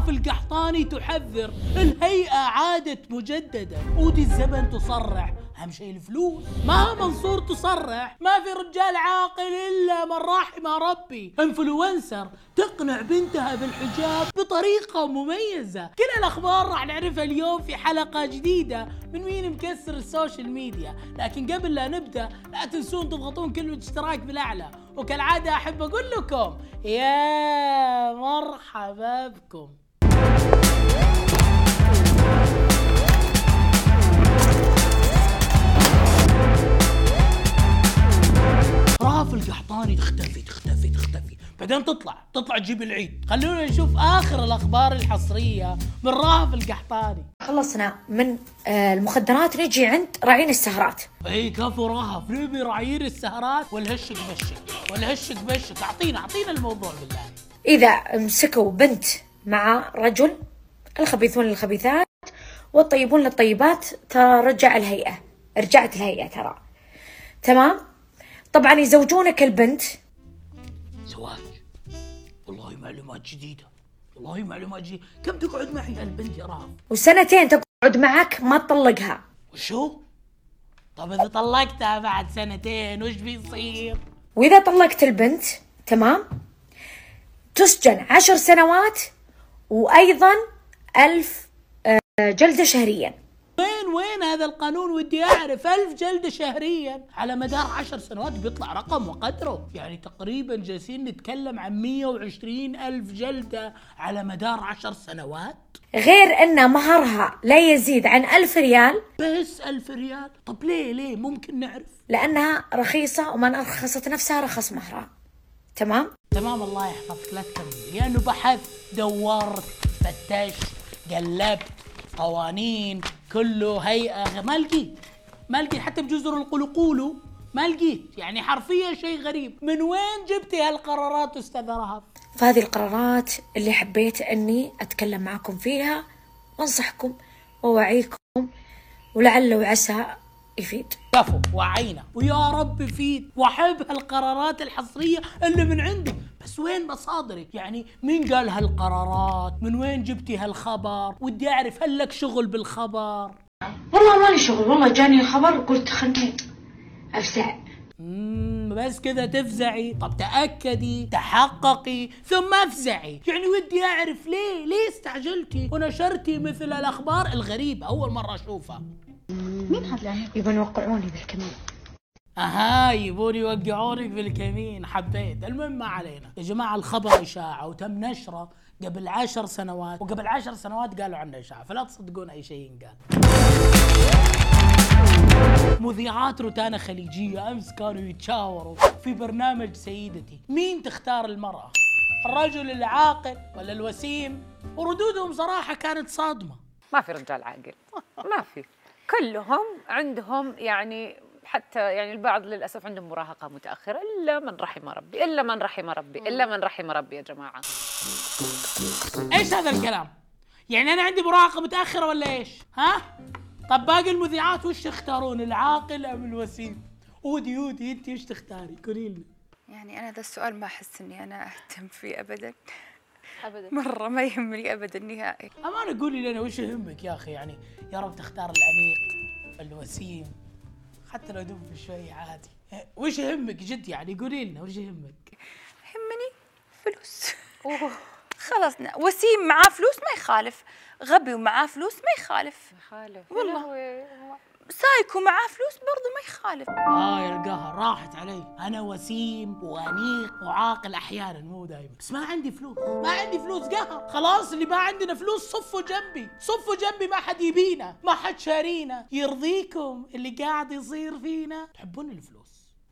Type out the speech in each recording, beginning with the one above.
راف القحطاني تحذر الهيئة عادت مجددا. أودي الزمن تصرح أهم شيء الفلوس. مها منصور تصرح ما في رجال عاقل إلا من رحم ربي. انفلونسر تقنع بنتها بالحجاب بطريقة مميزة. كل الأخبار راح نعرفها اليوم في حلقة جديدة من مين مكسر السوشيال ميديا. لكن قبل لا نبدأ لا تنسون تضغطون كلمة اشتراك بالأعلى، وكالعادة أحب أقول لكم يا مرحبا بكم. راف القحطاني تختفي بعدين تطلع تجيب العيد. خلونا نشوف آخر الأخبار الحصرية من راف القحطاني. خلصنا من المخدرات، نجي عند راعين السهرات. اي كفو راف، نبي راعين السهرات والهشك بشك. اعطينا الموضوع بالله. إذا امسكوا بنت مع رجل، الخبيثون للخبيثات والطيبون للطيبات، ترى رجعت الهيئة ترى. تمام؟ طبعا يزوجونك البنت. زواج؟ والله معلومات جديدة. كم تقعد معي البنت يا راف؟ وسنتين تقعد معك ما تطلقها. وشو؟ طب إذا طلقتها بعد سنتين وش بيصير؟ وإذا طلقت البنت تمام تسجن 10 سنوات وأيضا 1000 جلدة شهريا. وين هذا القانون؟ ودي أعرف. 1000 جلدة شهريا على مدار 10 سنوات بيطلع رقم وقدره. يعني تقريبا جالسين نتكلم عن 120,000 جلدة على مدار 10 سنوات. غير أن مهرها لا يزيد عن 1000 ريال. بس 1000 ريال؟ طب ليه ممكن نعرف؟ لأنها رخيصة ومن أرخصت نفسها رخص مهرها. تمام الله يحفظك، لا تكمل. لأنه بحثت، دورت، فتشت، قلبت قوانين، كله هيئة، ما لقيت حتى بجزر القلقولو ما لقيت. يعني حرفيا شيء غريب. من وين جبتي هالقرارات أستاذ رهف؟ فهذه القرارات اللي حبيت أني أتكلم معكم فيها وانصحكم ووعيكم، ولعل وعسى يفيد. كفو، وعينا ويا رب يفيد. واحب هالقرارات الحصرية اللي من عندك. بس وين مصادرك؟ يعني مين قال هالقرارات؟ من وين جبتي هالخبر؟ ودي أعرف هل لك شغل بالخبر؟ والله مالي شغل، والله جاني خبر قلت خلني أفزع. بس كذا تفزعي؟ طب تأكدي، تحققي، ثم افزعي. يعني ودي أعرف ليه استعجلتي ونشرتي مثل الأخبار الغريبة؟ أول مرة أشوفها. مين هذا؟ يبون يوقعوني بالكمين. يبون يوقعونك بالكمين. حبيت. المهم ما علينا يا جماعة. الخبر إشاعة وتم نشره قبل 10 سنوات، وقبل 10 سنوات قالوا عنه إشاعة، فلا تصدقون أي شيء ينقال. مذيعات روتانا خليجية أمس كانوا يتشاوروا في برنامج سيدتي مين تختار المرأة، الرجل العاقل ولا الوسيم؟ وردودهم صراحة كانت صادمة. ما في رجال عاقل، ما في. كلهم عندهم يعني، حتى يعني البعض للأسف عندهم مراهقة متأخرة، إلا من رحم ربي يا جماعة. إيش هذا الكلام؟ يعني أنا عندي مراهقة متأخرة ولا إيش؟ ها؟ طب باقي المذيعات وش تختارون، العاقل أم الوسيم؟ ودي أنت وش تختاري؟ قولي لنا. يعني أنا ذا السؤال ما أحس إني أنا أهتم فيه أبداً. مرة ما يهمني أبداً نهائي. أمانة قولي لنا وش يهمك يا أخي؟ يعني يا رب تختار الأنيق الوسيم، حتى لو دب شوي عادي. وش يهمك جد؟ يعني قولي لنا وش يهمك؟ يهمني فلوس. خلاص وسيم معاه فلوس ما يخالف، غبي ومعاه فلوس ما يخالف. والله سايكو معاه فلوس برضو ما يخالف. يا القهر راحت علي. أنا وسيم وأنيق وعاقل أحيانا، مو دايما. بس ما عندي فلوس قهر. خلاص اللي ما عندنا فلوس صفوا جنبي. ما حد يبينا، ما حد شارينا. يرضيكم اللي قاعد يصير فينا؟ تحبون الفلوس.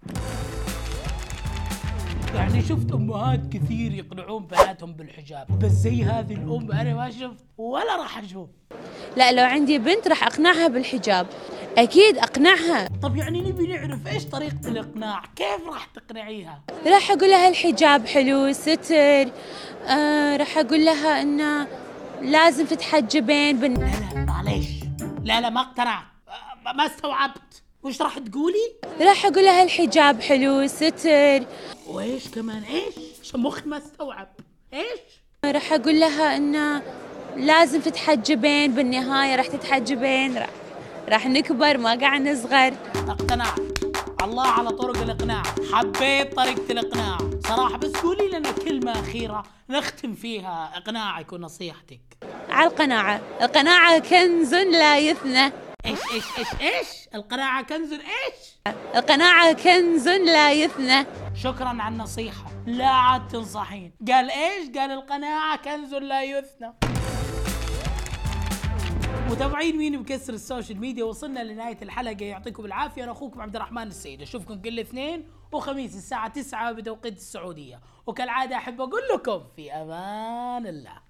يعني شفت أمهات كثير يقنعون بناتهم بالحجاب، بس زي هذه الأم أنا ما شفت ولا راح أشوف. لا، لو عندي بنت راح أقنعها بالحجاب، أكيد أقنعها. طب يعني نبي نعرف إيش طريقة الإقناع، كيف راح تقنعيها؟ راح أقول لها الحجاب حلو، ستر. راح أقول لها إنه لازم تتحجبين لا معليش، لا ما اقتنعت، ما استوعبت. وش راح تقولي؟ راح أقول لها الحجاب حلو، ستر. وإيش كمان؟ إيش؟ مخي ما استوعب. إيش؟ راح أقول لها إنه لازم تتحجبين، بالنهاية راح تتحجبين، راح نكبر ما قاعد نصغر. اقتنعت. الله على طرق الإقناع، حبيت طريقة الإقناع صراحة. بس قولي لنا كلمة أخيرة نختم فيها إقناعك ونصيحتك. على القناعة، القناعة كنز لا يفنى. إيش القناعة كنز إيش؟ القناعة كنز لا يفنى. شكرا على النصيحة، لا عاد تنصحين. قال إيش؟ قال القناعة كنز لا يفنى. متابعين مين بكسر السوشيال ميديا، وصلنا لنهاية الحلقة. يعطيكم العافية. أنا أخوكم عبد الرحمن السيد، أشوفكم كل اثنين وخميس الساعة 9 بتوقيت السعودية، وكالعادة أحب أقول لكم في أمان الله.